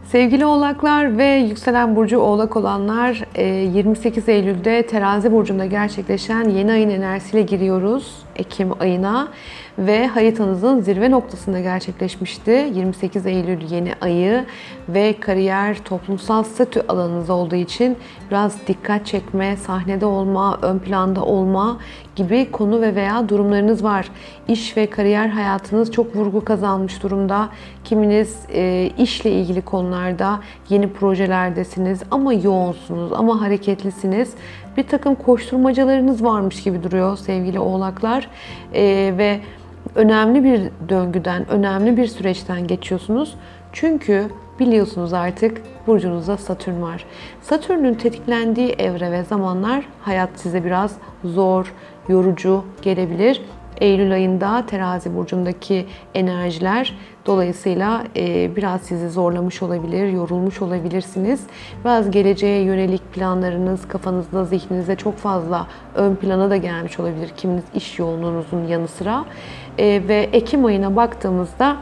Sevgili Oğlaklar ve yükselen burcu Oğlak olanlar, 28 Eylül'de Terazi burcunda gerçekleşen yeni ayın enerjisiyle giriyoruz Ekim ayına ve haritanızın zirve noktasında gerçekleşmişti 28 Eylül yeni ayı ve kariyer, toplumsal statü alanınız olduğu için biraz dikkat çekme, sahnede olma, ön planda olma gibi konu ve veya durumlarınız var. İş ve kariyer hayatınız çok vurgu kazanmış durumda. Kiminiz işle ilgili konularda yeni projelerdesiniz ama yoğunsunuz ama hareketlisiniz. Bir takım koşturmacalarınız varmış gibi duruyor sevgili Oğlaklar ve önemli bir döngüden, önemli bir süreçten geçiyorsunuz. Çünkü biliyorsunuz artık burcunuzda Satürn var. Satürn'ün tetiklendiği evre ve zamanlar hayat size biraz zor, yorucu gelebilir. Eylül ayında Terazi burcundaki enerjiler dolayısıyla biraz sizi zorlamış olabilir, yorulmuş olabilirsiniz. Biraz geleceğe yönelik planlarınız kafanızda, zihninizde çok fazla ön plana da gelmiş olabilir. Kiminiz iş yoğunluğunuzun yanı sıra. Ve Ekim ayına baktığımızda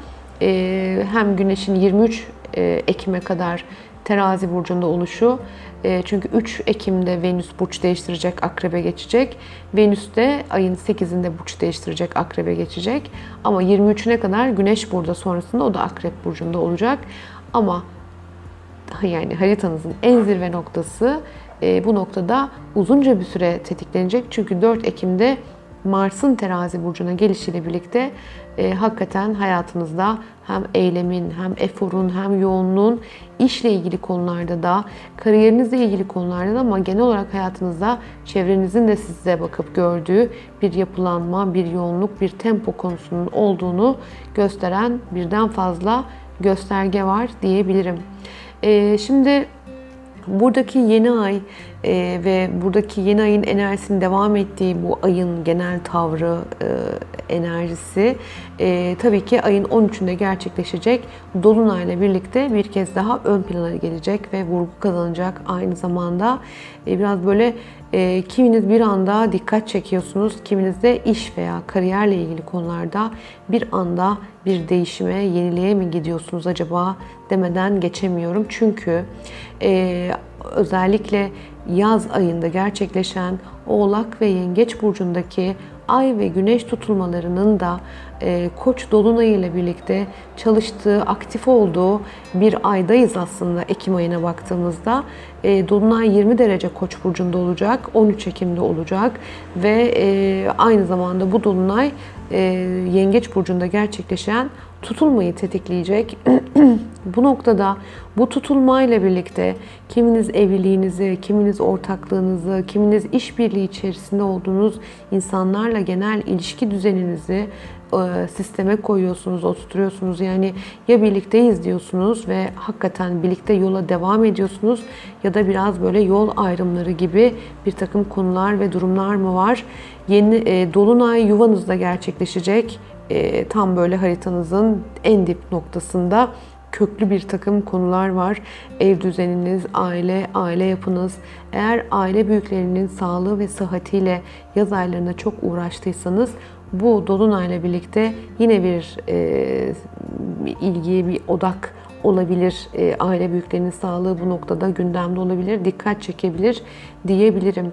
hem Güneş'in 23 Ekim'e kadar Terazi burcunda oluşu, çünkü 3 Ekim'de Venüs burç değiştirecek, Akrep'e geçecek. Venüs de ayın 8'inde burç değiştirecek, Akrep'e geçecek. Ama 23'üne kadar Güneş burada, sonrasında o da Akrep burcunda olacak. Ama yani haritanızın en zirve noktası bu noktada uzunca bir süre tetiklenecek. Çünkü 4 Ekim'de Mars'ın Terazi burcuna gelişiyle birlikte hakikaten hayatınızda hem eylemin, hem eforun, hem yoğunluğun, işle ilgili konularda da, kariyerinizle ilgili konularda da ama genel olarak hayatınızda çevrenizin de size bakıp gördüğü bir yapılanma, bir yoğunluk, bir tempo konusunun olduğunu gösteren birden fazla gösterge var diyebilirim. Şimdi buradaki yeni ay ve buradaki yeni ayın enerjisinin devam ettiği bu ayın genel tavrı, enerjisi tabii ki ayın 13'ünde gerçekleşecek Dolunay'la birlikte bir kez daha ön plana gelecek ve vurgu kazanacak. Aynı zamanda biraz böyle kiminiz bir anda dikkat çekiyorsunuz, kiminiz de iş veya kariyerle ilgili konularda bir anda bir değişime, yeniliğe mi gidiyorsunuz acaba demeden geçemiyorum. Çünkü özellikle yaz ayında gerçekleşen Oğlak ve Yengeç burcundaki Ay ve Güneş tutulmalarının da Koç dolunayı ile birlikte çalıştığı, aktif olduğu bir aydayız aslında Ekim ayına baktığımızda. Dolunay 20 derece Koç burcunda olacak, 13 Ekim'de olacak ve aynı zamanda bu dolunay Yengeç burcunda gerçekleşen tutulmayı tetikleyecek. Bu noktada bu tutulmayla birlikte kiminiz evliliğinizi, kiminiz ortaklığınızı, kiminiz işbirliği içerisinde olduğunuz insanlarla genel ilişki düzeninizi sisteme koyuyorsunuz, oturtuyorsunuz. Yani ya birlikteyiz diyorsunuz ve hakikaten birlikte yola devam ediyorsunuz ya da biraz böyle yol ayrımları gibi bir takım konular ve durumlar mı var? Yeni Dolunay yuvanızda gerçekleşecek. Tam böyle haritanızın en dip noktasında köklü bir takım konular var. Ev düzeniniz, aile yapınız. Eğer aile büyüklerinin sağlığı ve sıhhatiyle yaz aylarında çok uğraştıysanız bu dolunayla birlikte yine bir ilgi, bir odak olabilir. Aile büyüklerinin sağlığı bu noktada gündemde olabilir, dikkat çekebilir diyebilirim.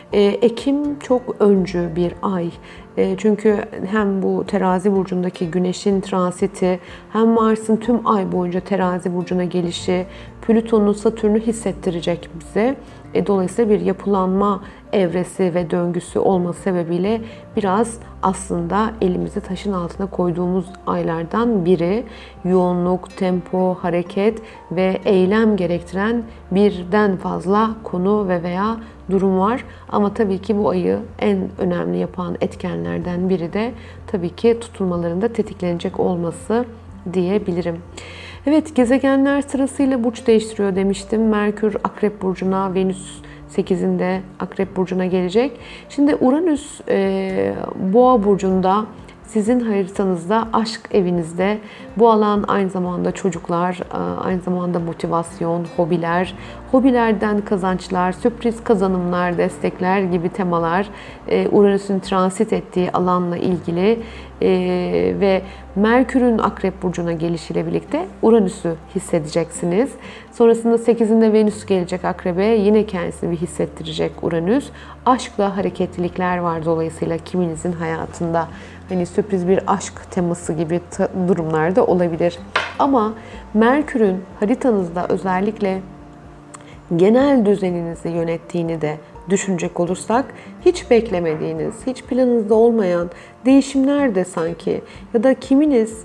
Ekim çok öncü bir ay. Çünkü hem bu Terazi burcundaki Güneş'in transiti, hem Mars'ın tüm ay boyunca Terazi burcuna gelişi, Plüton'un Satürn'ü hissettirecek bize. Dolayısıyla bir yapılanma evresi ve döngüsü olması sebebiyle biraz aslında elimizi taşın altına koyduğumuz aylardan biri. Yoğunluk, tempo, hareket ve eylem gerektiren birden fazla konu ve veya durum var. Ama tabii ki bu ayı en önemli yapan etkenlerden biri de tabii ki tutulmalarında tetiklenecek olması diyebilirim. Evet, gezegenler sırasıyla burç değiştiriyor demiştim. Merkür Akrep burcuna, Venüs 8'inde Akrep burcuna gelecek. Şimdi Uranüs Boğa burcunda, sizin haritanızda, aşk evinizde. Bu alan aynı zamanda çocuklar, aynı zamanda motivasyon, hobiler, hobilerden kazançlar, sürpriz kazanımlar, destekler gibi temalar Uranüs'ün transit ettiği alanla ilgili ve Merkür'ün Akrep Burcu'na gelişiyle birlikte Uranüs'ü hissedeceksiniz. Sonrasında 8'inde Venüs gelecek Akrep'e. Yine kendisini bir hissettirecek Uranüs. Aşkla hareketlilikler var dolayısıyla kiminizin hayatında. Hani sürpriz bir aşk teması gibi durumlarda olabilir. Ama Merkür'ün haritanızda özellikle genel düzeninizi yönettiğini de düşünecek olursak, hiç beklemediğiniz, hiç planınızda olmayan değişimler de sanki ya da kiminiz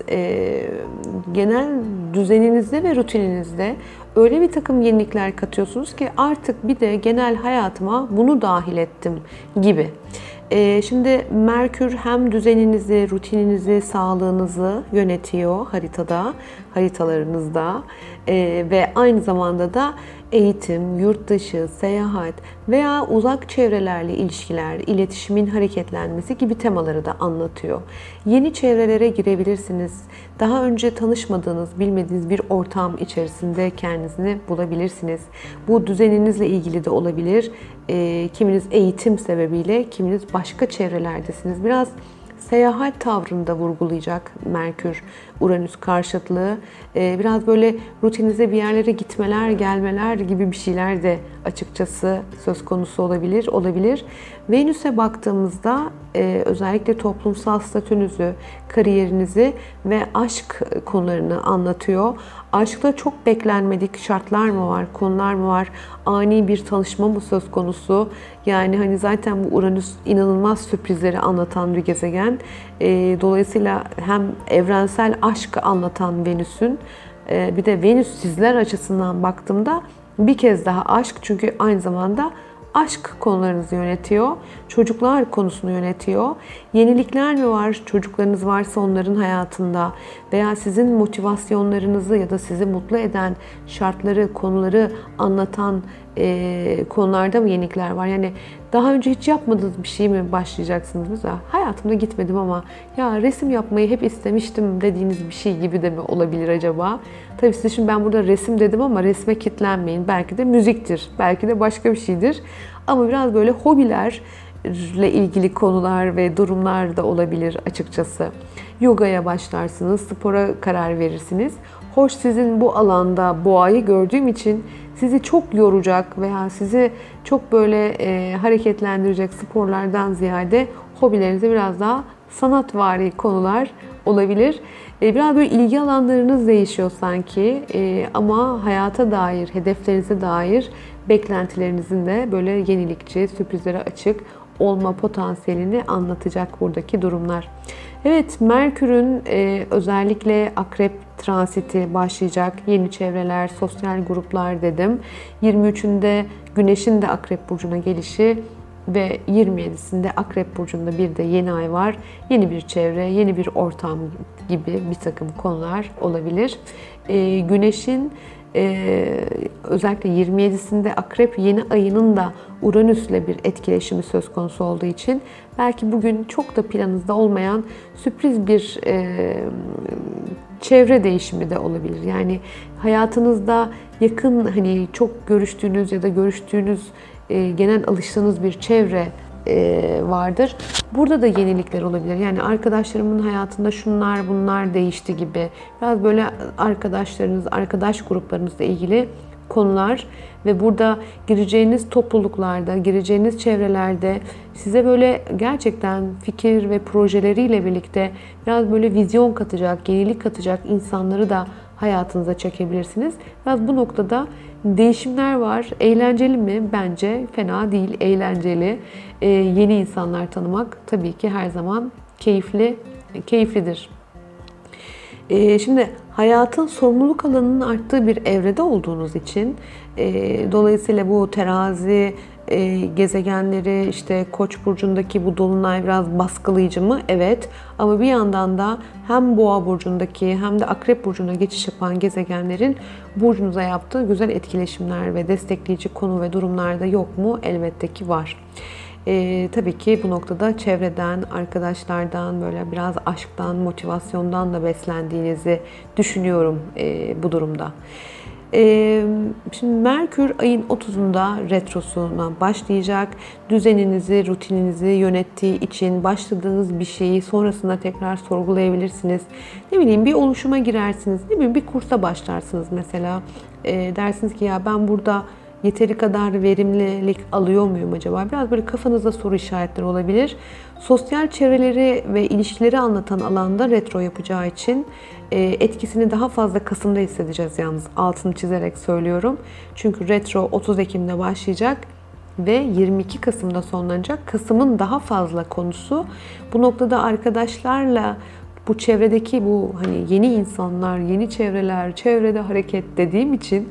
genel düzeninizde ve rutininizde öyle bir takım yenilikler katıyorsunuz ki artık bir de genel hayatıma bunu dahil ettim gibi. Şimdi Merkür hem düzeninizi, rutininizi, sağlığınızı yönetiyor haritalarınızda ve aynı zamanda da eğitim, yurt dışı, seyahat veya uzak çevrelerle ilişkiler, iletişimin hareketlenmesi gibi temaları da anlatıyor. Yeni çevrelere girebilirsiniz. Daha önce tanışmadığınız, bilmediğiniz bir ortam içerisinde kendinizi bulabilirsiniz. Bu düzeninizle ilgili de olabilir. Kiminiz eğitim sebebiyle, kiminiz başka çevrelerdesiniz. Biraz seyahat tavrında vurgulayacak Merkür, Uranüs karşıtlığı. Biraz böyle rutinize bir yerlere gitmeler, gelmeler gibi bir şeyler de açıkçası söz konusu olabilir. Venüs'e baktığımızda özellikle toplumsal statünüzü, kariyerinizi ve aşk konularını anlatıyor. Aşkta çok beklenmedik şartlar mı var, konular mı var? Ani bir tanışma mı söz konusu? Yani hani zaten bu Uranüs inanılmaz sürprizleri anlatan bir gezegen. Dolayısıyla hem evrensel aşkı anlatan Venüs'ün, bir de Venüs sizler açısından baktığımda bir kez daha aşk, çünkü aynı zamanda aşk konularınızı yönetiyor. Çocuklar konusunu yönetiyor. Yenilikler mi var? Çocuklarınız varsa onların hayatında veya sizin motivasyonlarınızı ya da sizi mutlu eden şartları, konuları anlatan konularda mı yenilikler var? Yani daha önce hiç yapmadığınız bir şey mi başlayacaksınız? Mesela hayatımda gitmedim ama ya resim yapmayı hep istemiştim dediğiniz bir şey gibi de mi olabilir acaba? Tabii size şimdi ben burada resim dedim ama resme kitlenmeyin. Belki de müziktir, belki de başka bir şeydir. Ama biraz böyle hobilerle ilgili konular ve durumlar da olabilir açıkçası. Yogaya başlarsınız, spora karar verirsiniz. Hoş, sizin bu alanda boğayı gördüğüm için sizi çok yoracak veya sizi çok böyle hareketlendirecek sporlardan ziyade hobilerinize biraz daha sanatvari konular olabilir. Biraz böyle ilgi alanlarınız değişiyor sanki ama hayata dair, hedeflerinize dair beklentilerinizin de böyle yenilikçi, sürprizlere açık olma potansiyelini anlatacak buradaki durumlar. Evet, Merkür'ün özellikle Akrep transiti başlayacak. Yeni çevreler, sosyal gruplar dedim. 23'ünde Güneş'in de Akrep Burcu'na gelişi ve 27'sinde Akrep Burcu'nda bir de yeni ay var. Yeni bir çevre, yeni bir ortam gibi bir takım konular olabilir. Güneş'in özellikle 27'sinde Akrep yeni ayının da Uranüs'le bir etkileşimi söz konusu olduğu için belki bugün çok da planınızda olmayan sürpriz bir çevre değişimi de olabilir. Yani hayatınızda yakın, hani çok görüştüğünüz ya da görüştüğünüz genel alıştığınız bir çevre vardır. Burada da yenilikler olabilir. Yani arkadaşlarımın hayatında şunlar bunlar değişti gibi. Biraz böyle arkadaşlarınız, arkadaş gruplarınızla ilgili konular ve burada gireceğiniz topluluklarda, gireceğiniz çevrelerde size böyle gerçekten fikir ve projeleriyle birlikte biraz böyle vizyon katacak, yenilik katacak insanları da hayatınıza çekebilirsiniz. Biraz bu noktada değişimler var. Eğlenceli mi? Bence fena değil. Eğlenceli. Yeni insanlar tanımak tabii ki her zaman keyiflidir. Şimdi hayatın sorumluluk alanının arttığı bir evrede olduğunuz için dolayısıyla bu terazi gezegenleri, işte Koç burcundaki bu dolunay biraz baskılayıcı mı? Evet. Ama bir yandan da hem Boğa burcundaki hem de Akrep burcuna geçiş yapan gezegenlerin burcunuza yaptığı güzel etkileşimler ve destekleyici konu ve durumlar da yok mu? Elbette ki var. Tabii ki bu noktada çevreden, arkadaşlardan, böyle biraz aşktan, motivasyondan da beslendiğinizi düşünüyorum bu durumda. Şimdi Merkür ayın 30'unda retrosuna başlayacak. Düzeninizi, rutininizi yönettiği için başladığınız bir şeyi sonrasında tekrar sorgulayabilirsiniz. Ne bileyim bir oluşuma girersiniz, ne bileyim bir kursa başlarsınız mesela. Dersiniz ki ya ben burada yeteri kadar verimlilik alıyor muyum acaba? Biraz böyle kafanızda soru işaretleri olabilir. Sosyal çevreleri ve ilişkileri anlatan alanda retro yapacağı için etkisini daha fazla Kasım'da hissedeceğiz yalnız. Altını çizerek söylüyorum. Çünkü retro 30 Ekim'de başlayacak ve 22 Kasım'da sonlanacak. Kasım'ın daha fazla konusu bu noktada arkadaşlarla bu çevredeki bu hani yeni insanlar, yeni çevreler, çevrede hareket dediğim için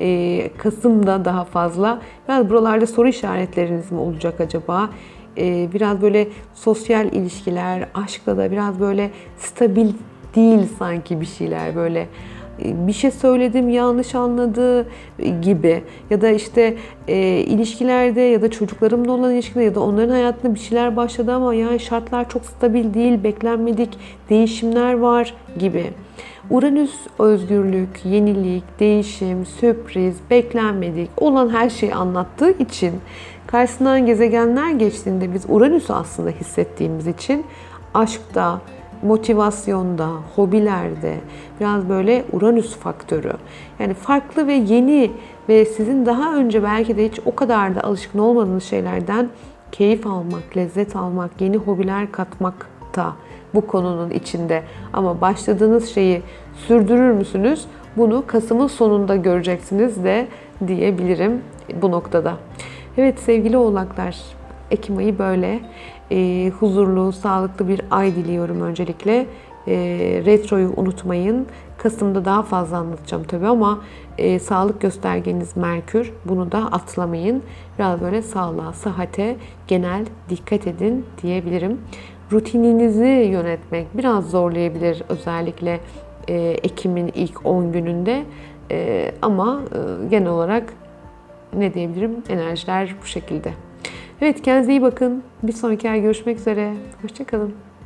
Kasım'da daha fazla. Biraz buralarda soru işaretleriniz mi olacak acaba? Biraz böyle sosyal ilişkiler, aşkla da biraz böyle stabil değil sanki bir şeyler böyle. Bir şey söyledim yanlış anladı gibi ya da işte ilişkilerde ya da çocuklarımla olan ilişkide ya da onların hayatında bir şeyler başladı ama yani şartlar çok stabil değil, beklenmedik değişimler var gibi. Uranüs özgürlük, yenilik, değişim, sürpriz, beklenmedik olan her şeyi anlattığı için karşısından gezegenler geçtiğinde biz Uranüs'ü aslında hissettiğimiz için aşkta, motivasyonda, hobilerde biraz böyle Uranüs faktörü. Yani farklı ve yeni ve sizin daha önce belki de hiç o kadar da alışkın olmadığınız şeylerden keyif almak, lezzet almak, yeni hobiler katmak da bu konunun içinde. Ama başladığınız şeyi sürdürür müsünüz? Bunu Kasım'ın sonunda göreceksiniz de diyebilirim bu noktada. Evet sevgili oğlaklar, Ekim ayı böyle. Huzurlu, sağlıklı bir ay diliyorum öncelikle. Retroyu unutmayın. Kasım'da daha fazla anlatacağım tabii ama sağlık göstergeniz Merkür. Bunu da atlamayın. Biraz böyle sağlığa, sıhhate genel dikkat edin diyebilirim. Rutininizi yönetmek biraz zorlayabilir özellikle Ekim'in ilk 10 gününde. Ama genel olarak ne diyebilirim? Enerjiler bu şekilde. Evet kendinize iyi bakın. Bir sonraki ay görüşmek üzere. Hoşça kalın.